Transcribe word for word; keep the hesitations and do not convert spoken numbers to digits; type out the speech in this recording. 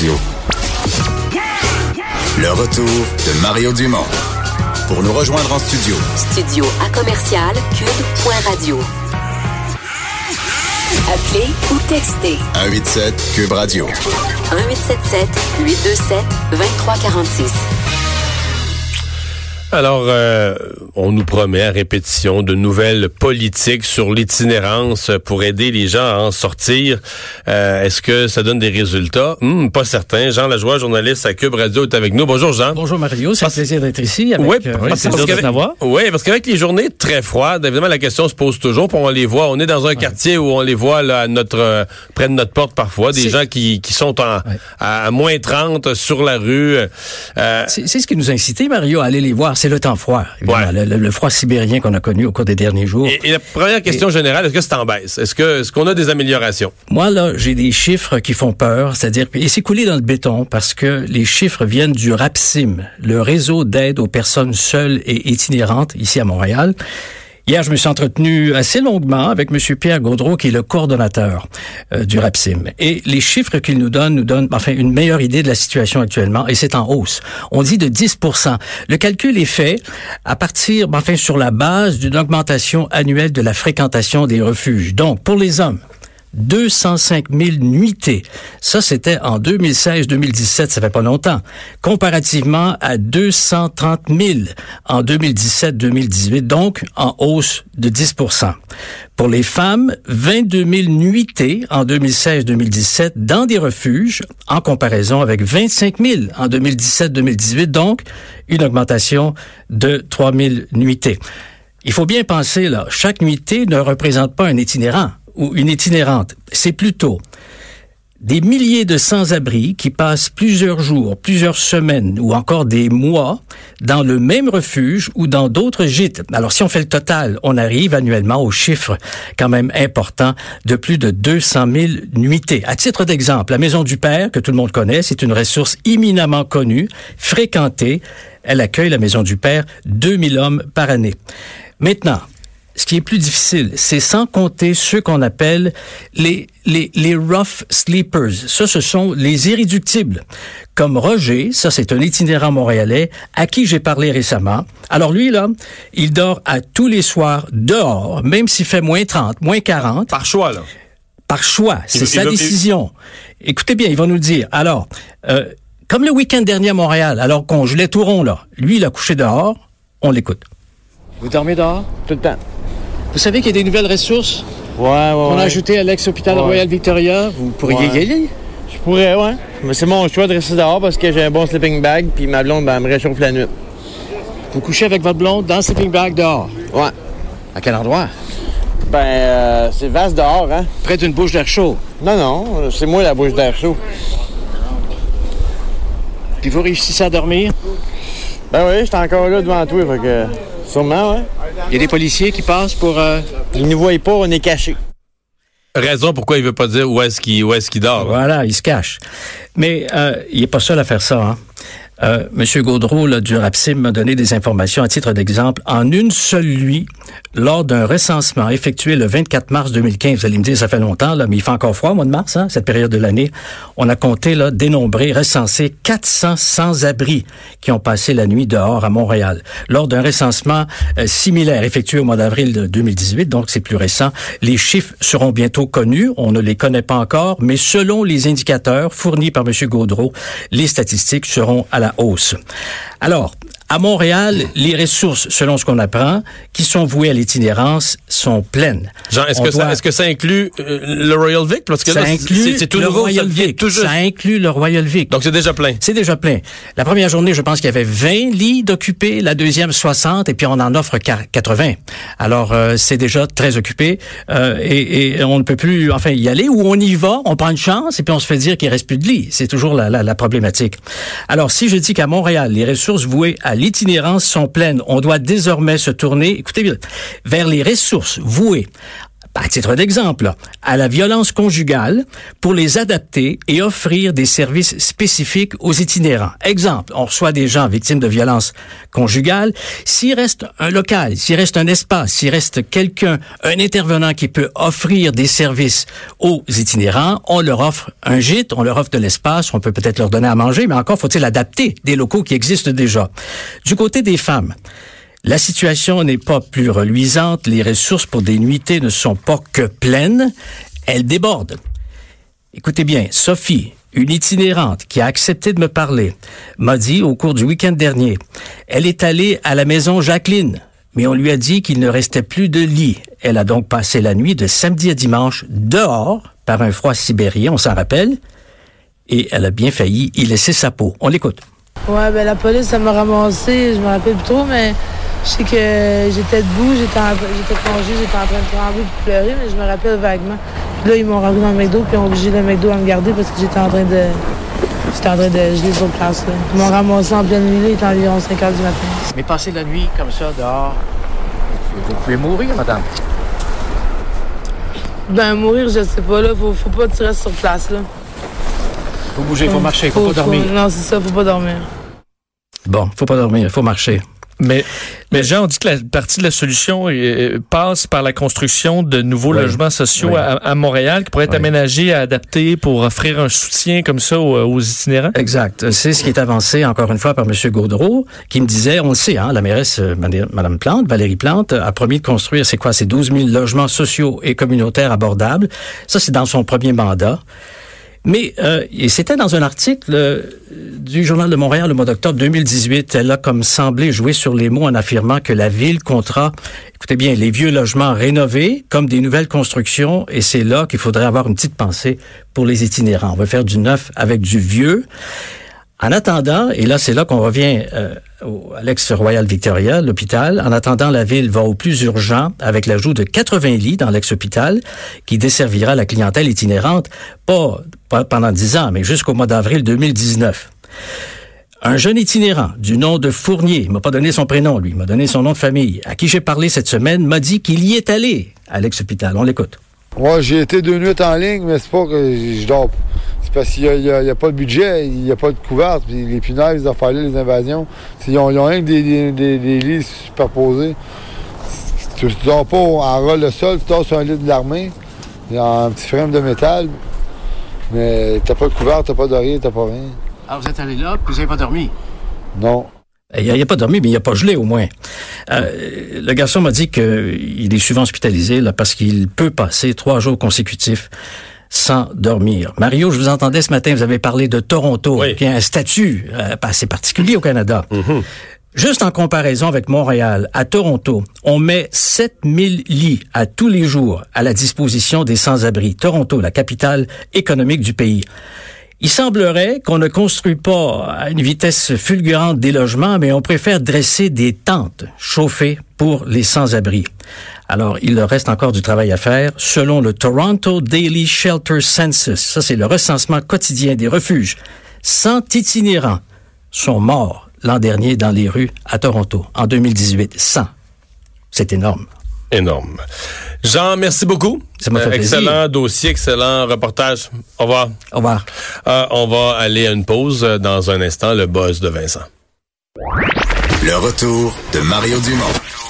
Radio. Le retour de Mario Dumont. Pour nous rejoindre en studio. Studio à commercial cube point radio. Appelez ou textez. un huit sept Cube Radio. un huit sept sept huit deux sept deux trois quatre six. Alors, euh, on nous promet à répétition de nouvelles politiques sur l'itinérance pour aider les gens à en sortir. Euh, est-ce que ça donne des résultats? Hum, pas certain. Jean Lajoie, journaliste à Cube Radio, est avec nous. Bonjour, Jean. Bonjour, Mario. C'est parce... un plaisir d'être ici. Avec, oui, euh, parce, c'est parce, plaisir de t'avoir. Oui, parce qu'avec les journées très froides, évidemment, la question se pose toujours. Puis on les voit. On est dans un ouais. quartier où on les voit là, à notre, euh, près de notre porte parfois. Des c'est... gens qui, qui sont en, ouais. à, à moins trente sur la rue. Euh... C'est, c'est ce qui nous a incité, Mario, à aller les voir. C'est le temps froid. Ouais. Le, le, le froid sibérien qu'on a connu au cours des derniers jours. Et, et la première question et, générale, est-ce que c'est en baisse? Est-ce que, est-ce qu'on a des améliorations? Moi, là, j'ai des chiffres qui font peur, c'est-à-dire, et c'est coulé dans le béton parce que les chiffres viennent du RAPSIM, le réseau d'aide aux personnes seules et itinérantes ici à Montréal. Hier, je me suis entretenu assez longuement avec M. Pierre Gaudreau, qui est le coordonnateur euh, du RAPSIM. Et les chiffres qu'il nous donne nous donnent enfin une meilleure idée de la situation actuellement, et c'est en hausse. On dit de dix pour cent. Le calcul est fait à partir, enfin, sur la base d'une augmentation annuelle de la fréquentation des refuges. Donc, pour les hommes, deux cent cinq mille nuitées. Ça, c'était en deux mille seize deux mille dix-sept, ça fait pas longtemps. Comparativement à deux cent trente mille en deux mille dix-sept deux mille dix-huit, donc en hausse de dix pour cent. Pour les femmes, vingt-deux mille nuitées en deux mille seize deux mille dix-sept dans des refuges, en comparaison avec vingt-cinq mille en deux mille dix-sept deux mille dix-huit, donc une augmentation de trois mille nuitées. Il faut bien penser, là, chaque nuitée ne représente pas un itinérant ou une itinérante. C'est plutôt des milliers de sans-abri qui passent plusieurs jours, plusieurs semaines ou encore des mois dans le même refuge ou dans d'autres gîtes. Alors, si on fait le total, on arrive annuellement au chiffre quand même important de plus de deux cent mille nuitées. À titre d'exemple, la Maison du Père, que tout le monde connaît, c'est une ressource éminemment connue, fréquentée. Elle accueille, la Maison du Père, deux mille hommes par année. Maintenant, ce qui est plus difficile, c'est sans compter ceux qu'on appelle les, les, les rough sleepers. Ça, ce sont les irréductibles. Comme Roger, ça c'est un itinérant montréalais à qui j'ai parlé récemment. Alors lui, là, il dort à tous les soirs dehors, même s'il fait moins trente, moins quarante. Par choix, là. Par choix, c'est il, sa il, décision. Il... Écoutez bien, il va nous le dire. Alors, euh, comme le week-end dernier à Montréal, alors qu'on gelait tout rond, là, lui, il a couché dehors, on l'écoute. Vous dormez dehors? Tout le temps. Vous savez qu'il y a des nouvelles ressources ouais, ouais, qu'on ouais. a ajoutées à l'ex-hôpital ouais. Royal Victoria. Vous pourriez ouais. y aller? Je pourrais, oui. Mais c'est mon choix de rester dehors parce que j'ai un bon sleeping bag puis ma blonde ben, me réchauffe la nuit. Vous couchez avec votre blonde dans le sleeping bag dehors? Ouais. À quel endroit? Ben, euh, c'est vaste dehors, hein. Près d'une bouche d'air chaud? Non, non, c'est moi la bouche d'air chaud. Puis vous réussissez à dormir? Ben oui, j'étais encore là devant toi, fait que... Sûrement, oui. Il y a des policiers qui passent pour... Euh... Ils ne nous voient pas, on est cachés. Raison pourquoi il veut pas dire où est-ce qu'il, où est-ce qu'il dort. Voilà, il se cache. Mais euh, il n'est pas seul à faire ça, hein. Euh, Monsieur Gaudreau, là, du RAPSIM, m'a donné des informations à titre d'exemple. En une seule nuit, lors d'un recensement effectué le vingt-quatre mars deux mille quinze, vous allez me dire, ça fait longtemps, là, mais il fait encore froid au mois de mars, hein, cette période de l'année, on a compté, là, dénombré, recensé quatre cents sans-abri qui ont passé la nuit dehors à Montréal. Lors d'un recensement euh, similaire effectué au mois d'avril de deux mille dix-huit, donc c'est plus récent, les chiffres seront bientôt connus, on ne les connaît pas encore, mais selon les indicateurs fournis par Monsieur Gaudreau, les statistiques seront à la hausse. Alors, à Montréal, les ressources, selon ce qu'on apprend, qui sont vouées à l'itinérance, sont pleines. Jean, est-ce, que, doit... ça, est-ce que ça inclut euh, le Royal Vic? Parce que ça là, inclut c'est, c'est tout le nouveau, Royal ça Vic. Tout ça inclut le Royal Vic. Donc c'est déjà plein. C'est déjà plein. La première journée, je pense qu'il y avait vingt lits d'occupés, la deuxième soixante, et puis on en offre quatre-vingts. Alors euh, c'est déjà très occupé, euh, et, et on ne peut plus, enfin, y aller, ou on y va, on prend une chance, et puis on se fait dire qu'il reste plus de lits. C'est toujours la, la, la problématique. Alors si je dis qu'à Montréal, les ressources vouées à l'itinérance sont pleines, on doit désormais se tourner, écoutez bien, vers les ressources vouées à titre d'exemple, à la violence conjugale pour les adapter et offrir des services spécifiques aux itinérants. Exemple, on reçoit des gens victimes de violences conjugales. S'il reste un local, s'il reste un espace, s'il reste quelqu'un, un intervenant qui peut offrir des services aux itinérants, on leur offre un gîte, on leur offre de l'espace, on peut peut-être leur donner à manger, mais encore faut-il adapter des locaux qui existent déjà. Du côté des femmes, la situation n'est pas plus reluisante, les ressources pour des nuitées ne sont pas que pleines, elles débordent. Écoutez bien, Sophie, une itinérante qui a accepté de me parler, m'a dit au cours du week-end dernier, elle est allée à la maison Jacqueline, mais on lui a dit qu'il ne restait plus de lit. Elle a donc passé la nuit de samedi à dimanche dehors par un froid sibérien, on s'en rappelle, et elle a bien failli y laisser sa peau. On l'écoute. Ouais, ben la police, ça m'a ramassé, je me rappelle plus trop, mais je sais que j'étais debout, j'étais, en, j'étais plongée, j'étais en train de trembler et pleurer, mais je me rappelle vaguement. Puis là, ils m'ont rentré dans le McDo, puis ils ont obligé le McDo à me garder parce que j'étais en train de... J'étais en train de geler sur place, là. Ils m'ont ramassé en pleine nuit, là, il était environ cinq heures du matin. Mais passer la nuit comme ça, dehors, vous pouvez mourir, madame? Ben, mourir, je sais pas, là, faut, faut pas que tu restes sur place, là. Faut bouger, faut marcher, faut, faut pas dormir. Faut, non, c'est ça, faut pas dormir. Bon, faut pas dormir, faut marcher. Mais, mais Jean, on dit que la partie de la solution euh, passe par la construction de nouveaux oui. logements sociaux oui. à, à Montréal qui pourraient être oui. aménagés, adaptés pour offrir un soutien comme ça aux, aux itinérants. Exact. C'est ce qui est avancé, encore une fois, par M. Gaudreau, qui me disait, on le sait, hein, la mairesse, Mme Plante, Valérie Plante, a promis de construire, c'est quoi, ces douze mille logements sociaux et communautaires abordables. Ça, c'est dans son premier mandat. Mais euh, et c'était dans un article euh, du Journal de Montréal le mois d'octobre deux mille dix-huit. Elle a comme semblé jouer sur les mots en affirmant que la ville comptera, écoutez bien, les vieux logements rénovés comme des nouvelles constructions. Et c'est là qu'il faudrait avoir une petite pensée pour les itinérants. On va faire du neuf avec du vieux. En attendant, et là c'est là qu'on revient euh, à l'ex-Royal Victoria, l'hôpital, en attendant la ville va au plus urgent avec l'ajout de quatre-vingts lits dans l'ex-hôpital qui desservira la clientèle itinérante, pas, pas pendant dix ans, mais jusqu'au mois d'avril deux mille dix-neuf. Un jeune itinérant du nom de Fournier, il m'a pas donné son prénom lui, il m'a donné son nom de famille, à qui j'ai parlé cette semaine, m'a dit qu'il y est allé à l'ex-hôpital. On l'écoute. Ouais, j'ai été deux nuits en ligne, mais c'est pas que je dors. C'est parce qu'il n'y a, a, a pas de budget, il n'y a pas de couverte, puis les punaises, les affaires-là, les invasions. Ils ont, ils ont rien que des, des, des, des lits superposés. Tu ne dors pas en ras le sol, tu dors sur un lit de l'armée, il y a un petit frame de métal, mais t'as pas de couverte, t'as pas de rien, t'as pas rien. Alors vous êtes allé là, puis vous n'avez pas dormi? Non. Il n'a pas dormi, mais il n'a pas gelé au moins. Euh, le garçon m'a dit qu'il est souvent hospitalisé là, parce qu'il peut passer trois jours consécutifs sans dormir. Mario, je vous entendais ce matin, vous avez parlé de Toronto, oui. qui a un statut euh, assez particulier au Canada. Mm-hmm. Juste en comparaison avec Montréal, à Toronto, on met sept mille lits à tous les jours à la disposition des sans-abri. Toronto, la capitale économique du pays. Il semblerait qu'on ne construit pas à une vitesse fulgurante des logements, mais on préfère dresser des tentes chauffées pour les sans-abri. Alors, il leur reste encore du travail à faire. Selon le Toronto Daily Shelter Census, ça c'est le recensement quotidien des refuges, cent itinérants sont morts l'an dernier dans les rues à Toronto, en deux mille dix-huit. cent. C'est énorme. Énorme. Jean, merci beaucoup. Ça m'a fait euh, plaisir. Excellent dossier, excellent reportage. Au revoir. Au revoir. Euh, on va aller à une pause dans un instant, le buzz de Vincent. Le retour de Mario Dumont.